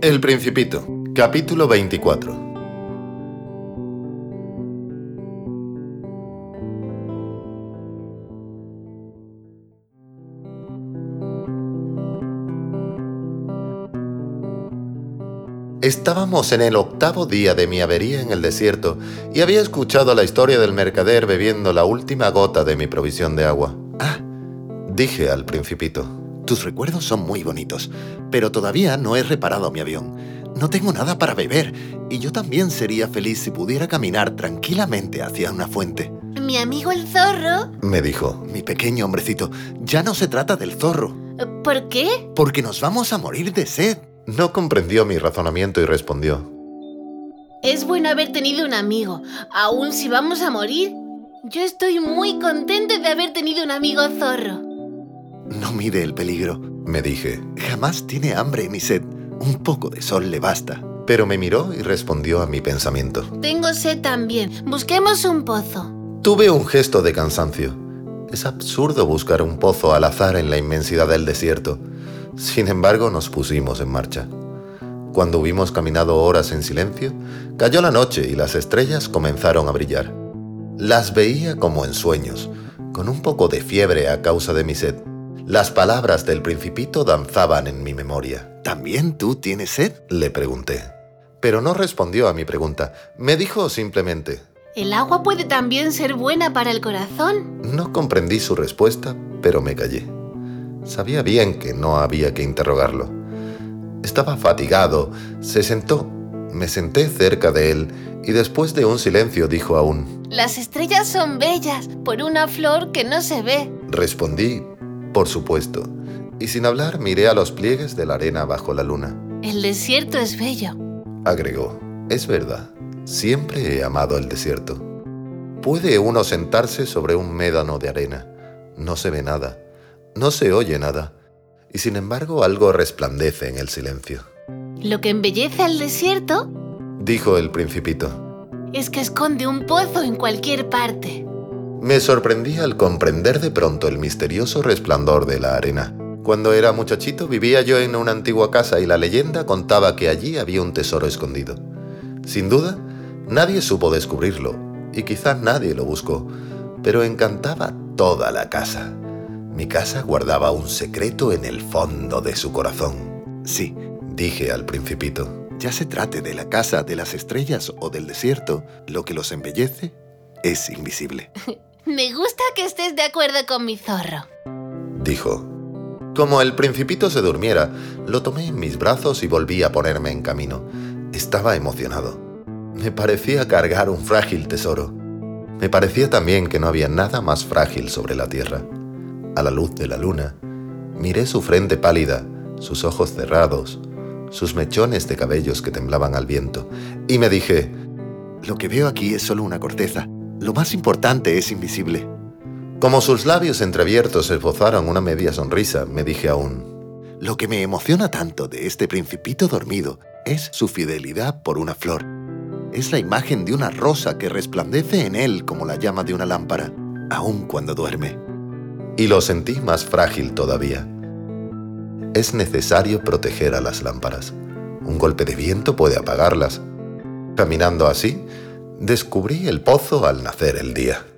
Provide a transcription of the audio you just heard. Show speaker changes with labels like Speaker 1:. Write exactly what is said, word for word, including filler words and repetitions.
Speaker 1: El Principito, capítulo veinticuatro. Estábamos en el octavo día de mi avería en el desierto y había escuchado la historia del mercader bebiendo la última gota de mi provisión de agua.
Speaker 2: Ah,
Speaker 1: Dije al Principito.
Speaker 2: tus recuerdos son muy bonitos, pero todavía no he reparado mi avión. No tengo nada para beber y yo también sería feliz si pudiera caminar tranquilamente hacia una fuente.
Speaker 3: Mi amigo el zorro.
Speaker 1: Me dijo.
Speaker 2: Mi pequeño hombrecito, ya no se trata del zorro,
Speaker 3: ¿Por qué?
Speaker 2: porque nos vamos a morir de sed.
Speaker 1: No comprendió mi razonamiento y respondió.
Speaker 3: Es bueno haber tenido un amigo, aun si vamos a morir. Yo estoy muy contenta de haber tenido un amigo zorro.
Speaker 2: No mide el peligro.
Speaker 1: Me dije.
Speaker 2: Jamás tiene hambre ni sed. Un poco de sol le basta.
Speaker 1: Pero me miró y respondió a mi pensamiento.
Speaker 3: Tengo sed también. Busquemos un pozo.
Speaker 1: Tuve un gesto de cansancio. Es absurdo buscar un pozo al azar en la inmensidad del desierto. Sin embargo, nos pusimos en marcha. Cuando hubimos caminado horas en silencio, cayó la noche y las estrellas comenzaron a brillar. Las veía como en sueños, con un poco de fiebre a causa de mi sed. Las palabras del Principito danzaban en mi memoria.
Speaker 2: ¿También tú tienes sed?
Speaker 1: Le pregunté. Pero no respondió a mi pregunta. Me dijo simplemente.
Speaker 3: El agua puede también ser buena para el corazón.
Speaker 1: No comprendí su respuesta, pero me callé. Sabía bien que no había que interrogarlo. Estaba fatigado. Se sentó. Me senté cerca de él y después de un silencio dijo aún.
Speaker 3: Las estrellas son bellas por una flor que no se ve.
Speaker 1: Respondí, por supuesto, y sin hablar miré a los pliegues de la arena bajo la luna.
Speaker 3: El desierto es bello.
Speaker 1: Agregó, es verdad, siempre he amado el desierto. Puede uno sentarse sobre un médano de arena. No se ve nada, no se oye nada, y sin embargo algo resplandece en el silencio.
Speaker 3: Lo que embellece al desierto
Speaker 1: Dijo el Principito.
Speaker 3: es que esconde un pozo en cualquier parte.
Speaker 1: Me sorprendí al comprender de pronto el misterioso resplandor de la arena. Cuando era muchachito vivía yo en una antigua casa y la leyenda contaba que allí había un tesoro escondido. Sin duda, nadie supo descubrirlo y quizás nadie lo buscó, pero encantaba toda la casa. Mi casa guardaba un secreto en el fondo de su corazón.
Speaker 2: Sí,
Speaker 1: Dije al Principito.
Speaker 2: ya se trate de la casa de las estrellas o del desierto, lo que los embellece es invisible.
Speaker 3: Me gusta que estés de acuerdo con mi zorro.
Speaker 1: Dijo. Como el Principito se durmiera, lo tomé en mis brazos y volví a ponerme en camino. Estaba emocionado. Me parecía cargar un frágil tesoro. Me parecía también que no había nada más frágil sobre la tierra. A la luz de la luna, miré su frente pálida, sus ojos cerrados, sus mechones de cabellos que temblaban al viento, y me dije,
Speaker 2: Lo que veo aquí es solo una corteza. Lo más importante es invisible.
Speaker 1: como sus labios entreabiertos esbozaron una media sonrisa, me dije aún,
Speaker 2: Lo que me emociona tanto de este Principito dormido es su fidelidad por una flor. Es la imagen de una rosa que resplandece en él como la llama de una lámpara, aun cuando duerme.
Speaker 1: y lo sentí más frágil todavía. Es necesario proteger a las lámparas. Un golpe de viento puede apagarlas. Caminando así, descubrí el pozo al nacer el día.